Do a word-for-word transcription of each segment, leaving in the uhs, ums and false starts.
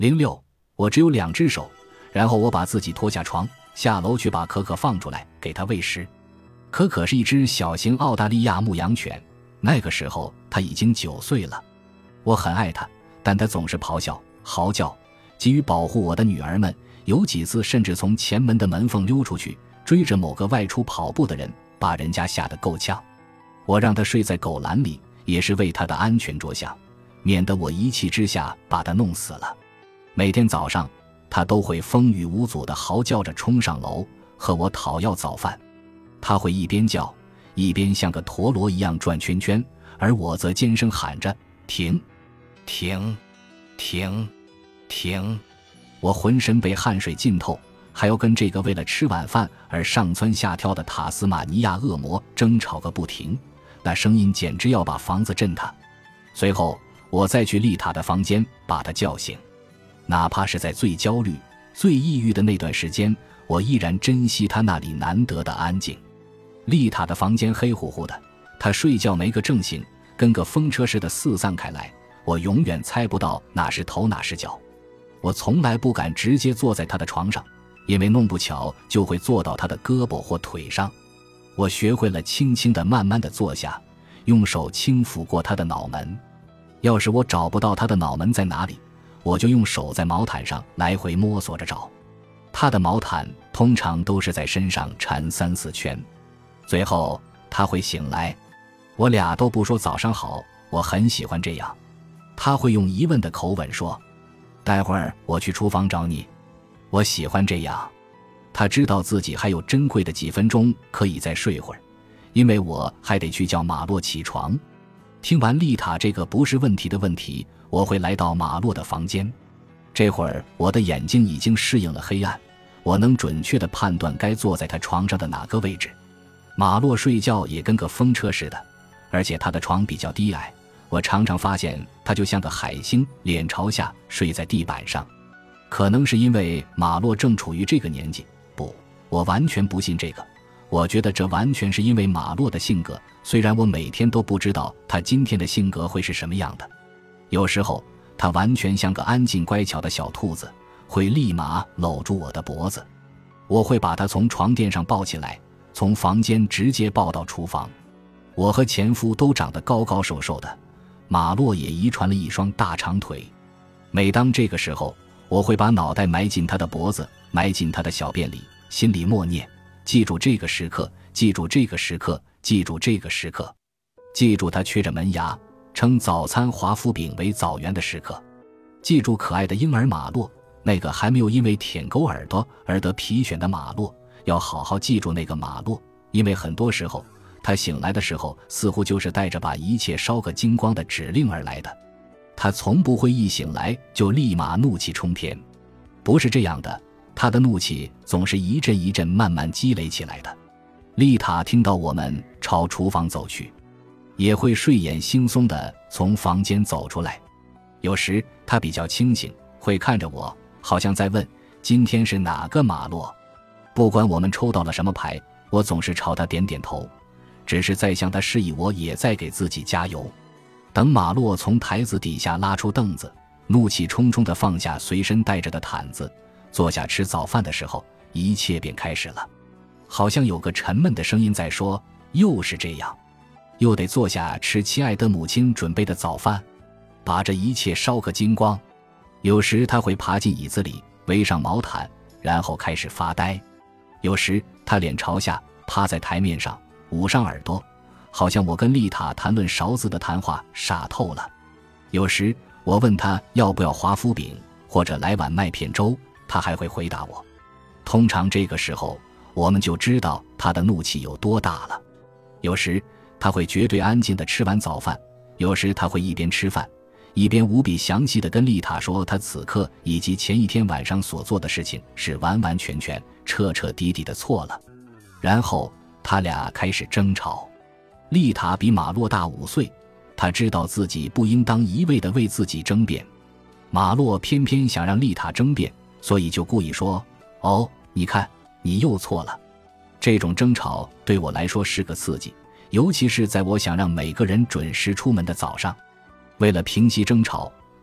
零六，我只有两只手，然后我把自己拖下床，下楼去把可可放出来，给它喂食。可可是一只小型澳大利亚牧羊犬，那个时候它已经九岁了。我很爱它，但它总是咆哮、嚎叫，急于保护我的女儿们，有几次甚至从前门的门缝溜出去，追着某个外出跑步的人，把人家吓得够呛。我让它睡在狗栏里，也是为它的安全着想，免得我一气之下把它弄死了。每天早上，它都会风雨无阻地嚎叫着冲上楼，和我讨要早饭。它会一边叫，一边像个陀螺一样转圈圈，而我则尖声喊着停停停停。我浑身被汗水浸透，还要跟这个为了吃晚饭而上蹿下跳的塔斯马尼亚恶魔争吵个不停，那声音简直要把房子震塌。随后我再去丽塔的房间把她叫醒，哪怕是在最焦虑最抑郁的那段时间，我依然珍惜她那里难得的安静。丽塔的房间黑乎乎的，她睡觉没个正形，跟个风车似的四散开来，我永远猜不到哪是头哪是脚。我从来不敢直接坐在她的床上，因为弄不巧就会坐到她的胳膊或腿上。我学会了轻轻地慢慢地坐下，用手轻抚过她的脑门。要是我找不到她的脑门在哪里，我就用手在毛毯上来回摸索着找。她的毛毯通常都是在身上缠三四圈。最后她会醒来，我俩都不说早上好，我很喜欢这样。她会用疑问的口吻说，待会儿我去厨房找你。我喜欢这样。她知道自己还有珍贵的几分钟可以再睡会儿，因为我还得去叫马洛起床。听完丽塔这个不是问题的问题，我会来到马洛的房间。这会儿我的眼睛已经适应了黑暗，我能准确地判断该坐在他床上的哪个位置。马洛睡觉也跟个风车似的，而且他的床比较低矮，我常常发现他就像个海星，脸朝下睡在地板上。可能是因为马洛正处于这个年纪，不，我完全不信这个。我觉得这完全是因为马洛的性格，虽然我每天都不知道他今天的性格会是什么样的。有时候他完全像个安静乖巧的小兔子，会立马搂住我的脖子。我会把他从床垫上抱起来，从房间直接抱到厨房。我和前夫都长得高高瘦瘦的，马洛也遗传了一双大长腿。每当这个时候，我会把脑袋埋进他的脖子，埋进他的小便里，心里默念，记住这个时刻，记住这个时刻，记住这个时刻，记住他缺着门牙，称早餐华夫饼为枣园的时刻，记住可爱的婴儿马洛，那个还没有因为舔狗耳朵而得皮癣的马洛，要好好记住那个马洛，因为很多时候他醒来的时候似乎就是带着把一切烧个精光的指令而来的。他从不会一醒来就立马怒气冲天，不是这样的，他的怒气总是一阵一阵慢慢积累起来的。丽塔听到我们朝厨房走去，也会睡眼惺忪地从房间走出来。有时他比较清醒，会看着我，好像在问今天是哪个马洛。不管我们抽到了什么牌，我总是朝他点点头，只是在向他示意我也在给自己加油。等马洛从台子底下拉出凳子，怒气冲冲地放下随身带着的毯子，坐下吃早饭的时候，一切便开始了。好像有个沉闷的声音在说，又是这样，又得坐下吃亲爱的母亲准备的早饭，把这一切烧个精光。有时他会爬进椅子里，围上毛毯，然后开始发呆。有时他脸朝下趴在台面上，捂上耳朵，好像我跟丽塔谈论勺子的谈话傻透了。有时我问他要不要华夫饼或者来碗麦片粥，他还会回答我。通常这个时候我们就知道他的怒气有多大了。有时他会绝对安静地吃完早饭，有时他会一边吃饭一边无比详细地跟丽塔说他此刻以及前一天晚上所做的事情是完完全全彻彻底底的错了。然后他俩开始争吵。丽塔比马洛大五岁，他知道自己不应当一味地为自己争辩。马洛偏偏想让丽塔争辩，所以就故意说，哦，你看，你又错了。这种争吵对我来说是个刺激，尤其是在我想让每个人准时出门的早上。为了平息争吵，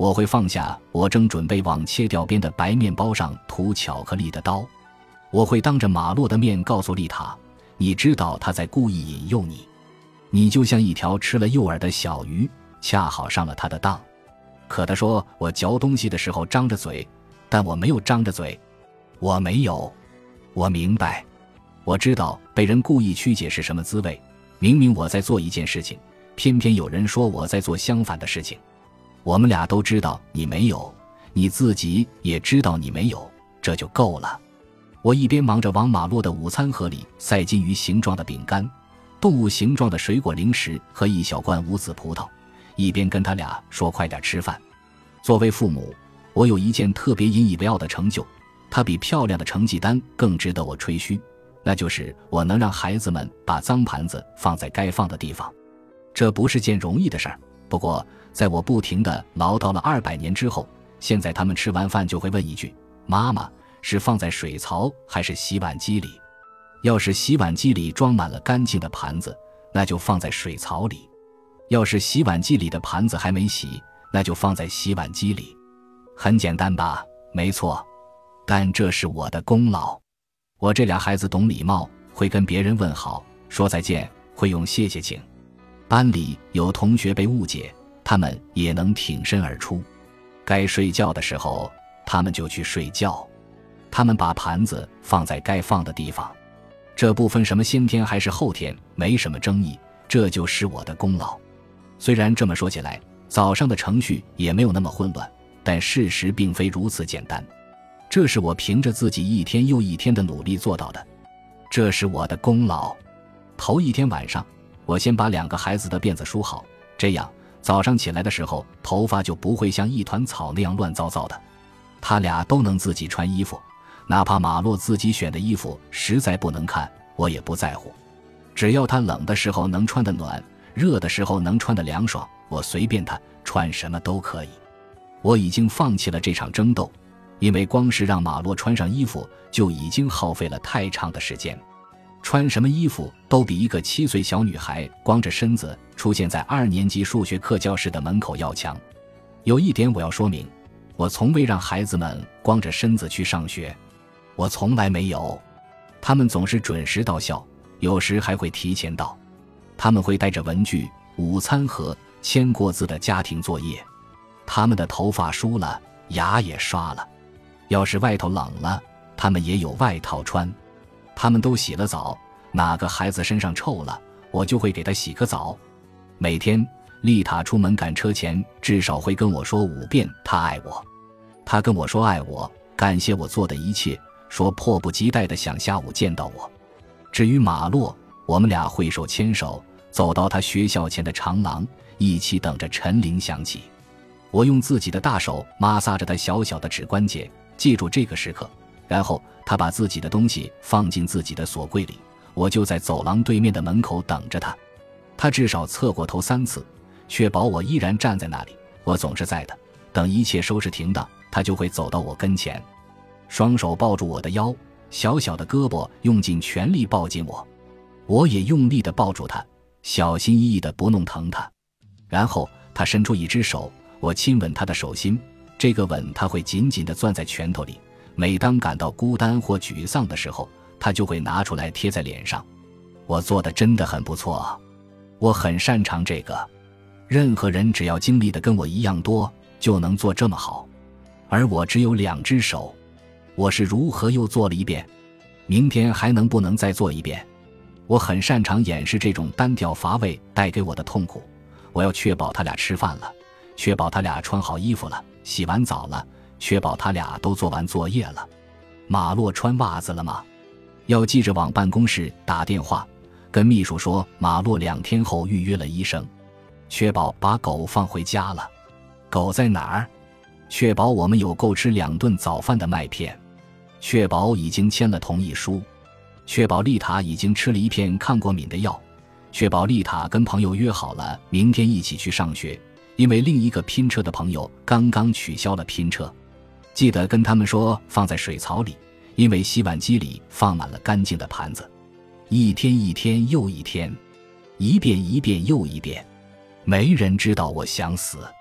我会放下我正准备往切掉边的白面包上涂巧克力的刀。我会当着马洛的面告诉丽塔，你知道他在故意引诱你，你就像一条吃了诱饵的小鱼，恰好上了他的当。可他说我嚼东西的时候张着嘴，但我没有张着嘴。我没有。我明白，我知道被人故意曲解是什么滋味。明明我在做一件事情，偏偏有人说我在做相反的事情。我们俩都知道你没有，你自己也知道你没有，这就够了。我一边忙着往马洛的午餐盒里塞金鱼形状的饼干、动物形状的水果零食和一小罐无籽葡萄，一边跟他俩说快点吃饭。作为父母，我有一件特别引以为傲的成就，它比漂亮的成绩单更值得我吹嘘，那就是我能让孩子们把脏盘子放在该放的地方。这不是件容易的事儿，不过在我不停地唠叨了二百年之后，现在他们吃完饭就会问一句，妈妈，是放在水槽还是洗碗机里？要是洗碗机里装满了干净的盘子，那就放在水槽里；要是洗碗机里的盘子还没洗，那就放在洗碗机里。很简单吧？没错，但这是我的功劳。我这俩孩子懂礼貌，会跟别人问好说再见，会用谢谢请。班里有同学被误解，他们也能挺身而出。该睡觉的时候，他们就去睡觉。他们把盘子放在该放的地方，这不分什么先天还是后天，没什么争议，这就是我的功劳。虽然这么说起来，早上的程序也没有那么混乱，但事实并非如此简单。这是我凭着自己一天又一天的努力做到的，这是我的功劳。头一天晚上，我先把两个孩子的辫子梳好，这样早上起来的时候头发就不会像一团草那样乱糟糟的。他俩都能自己穿衣服，哪怕马洛自己选的衣服实在不能看，我也不在乎。只要他冷的时候能穿得暖，热的时候能穿得凉爽，我随便他穿什么都可以。我已经放弃了这场争斗，因为光是让马洛穿上衣服就已经耗费了太长的时间。穿什么衣服都比一个七岁小女孩光着身子出现在二年级数学课教室的门口要强。有一点我要说明，我从未让孩子们光着身子去上学，我从来没有。他们总是准时到校，有时还会提前到。他们会带着文具、午餐盒、签过字的家庭作业。他们的头发梳了，牙也刷了。要是外头冷了，他们也有外套穿。他们都洗了澡，哪个孩子身上臭了，我就会给他洗个澡。每天丽塔出门赶车前至少会跟我说五遍她爱我。她跟我说爱我，感谢我做的一切，说迫不及待地想下午见到我。至于马洛，我们俩会手牵手走到他学校前的长廊，一起等着晨铃响起。我用自己的大手摩挲着他小小的指关节，记住这个时刻，然后他把自己的东西放进自己的锁柜里，我就在走廊对面的门口等着他。他至少侧过头三次，确保我依然站在那里，我总是在的。等一切收拾停当，他就会走到我跟前，双手抱住我的腰，小小的胳膊用尽全力抱紧我，我也用力地抱住他，小心翼翼地不弄疼他。然后他伸出一只手，我亲吻他的手心，这个吻他会紧紧地攥在拳头里，每当感到孤单或沮丧的时候，他就会拿出来贴在脸上。我做的真的很不错，我很擅长这个。任何人只要经历的跟我一样多，就能做这么好，而我只有两只手。我是如何又做了一遍？明天还能不能再做一遍？我很擅长掩饰这种单调乏味带给我的痛苦。我要确保他俩吃饭了，确保他俩穿好衣服了，洗完澡了，确保他俩都做完作业了。马洛穿袜子了吗？要记着往办公室打电话，跟秘书说马洛两天后预约了医生。确保把狗放回家了。狗在哪儿？确保我们有够吃两顿早饭的麦片。确保已经签了同意书。确保丽塔已经吃了一片抗过敏的药。确保丽塔跟朋友约好了明天一起去上学，因为另一个拼车的朋友刚刚取消了拼车。记得跟他们说放在水槽里，因为洗碗机里放满了干净的盘子。一天一天又一天，一遍一遍又一遍。没人知道我想死。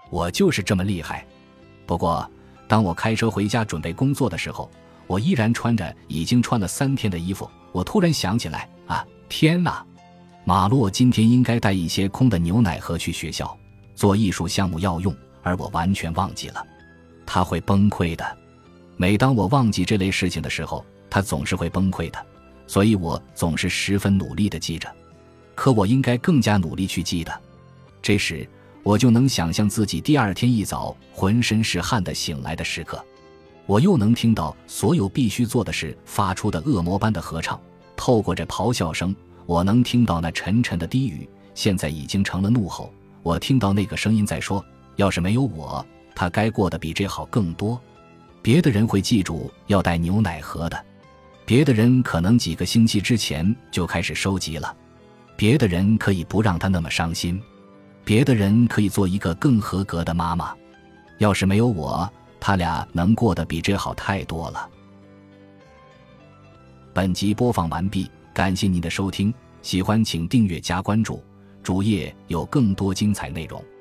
我就是这么厉害。不过当我开车回家准备工作的时候，我依然穿着已经穿了三天的衣服。我突然想起来，啊，天哪！马洛今天应该带一些空的牛奶盒去学校，做艺术项目要用，而我完全忘记了。他会崩溃的。每当我忘记这类事情的时候，他总是会崩溃的，所以我总是十分努力地记着。可我应该更加努力去记得。这时我就能想象自己第二天一早浑身是汗地醒来的时刻，我又能听到所有必须做的事发出的恶魔般的合唱。透过这咆哮声，我能听到那沉沉的低语，现在已经成了怒吼。我听到那个声音在说，要是没有我，他该过得比这好更多。别的人会记住要带牛奶盒的，别的人可能几个星期之前就开始收集了，别的人可以不让他那么伤心，别的人可以做一个更合格的妈妈。要是没有我，他俩能过得比这好太多了。本集播放完毕，感谢您的收听，喜欢请订阅加关注，主页有更多精彩内容。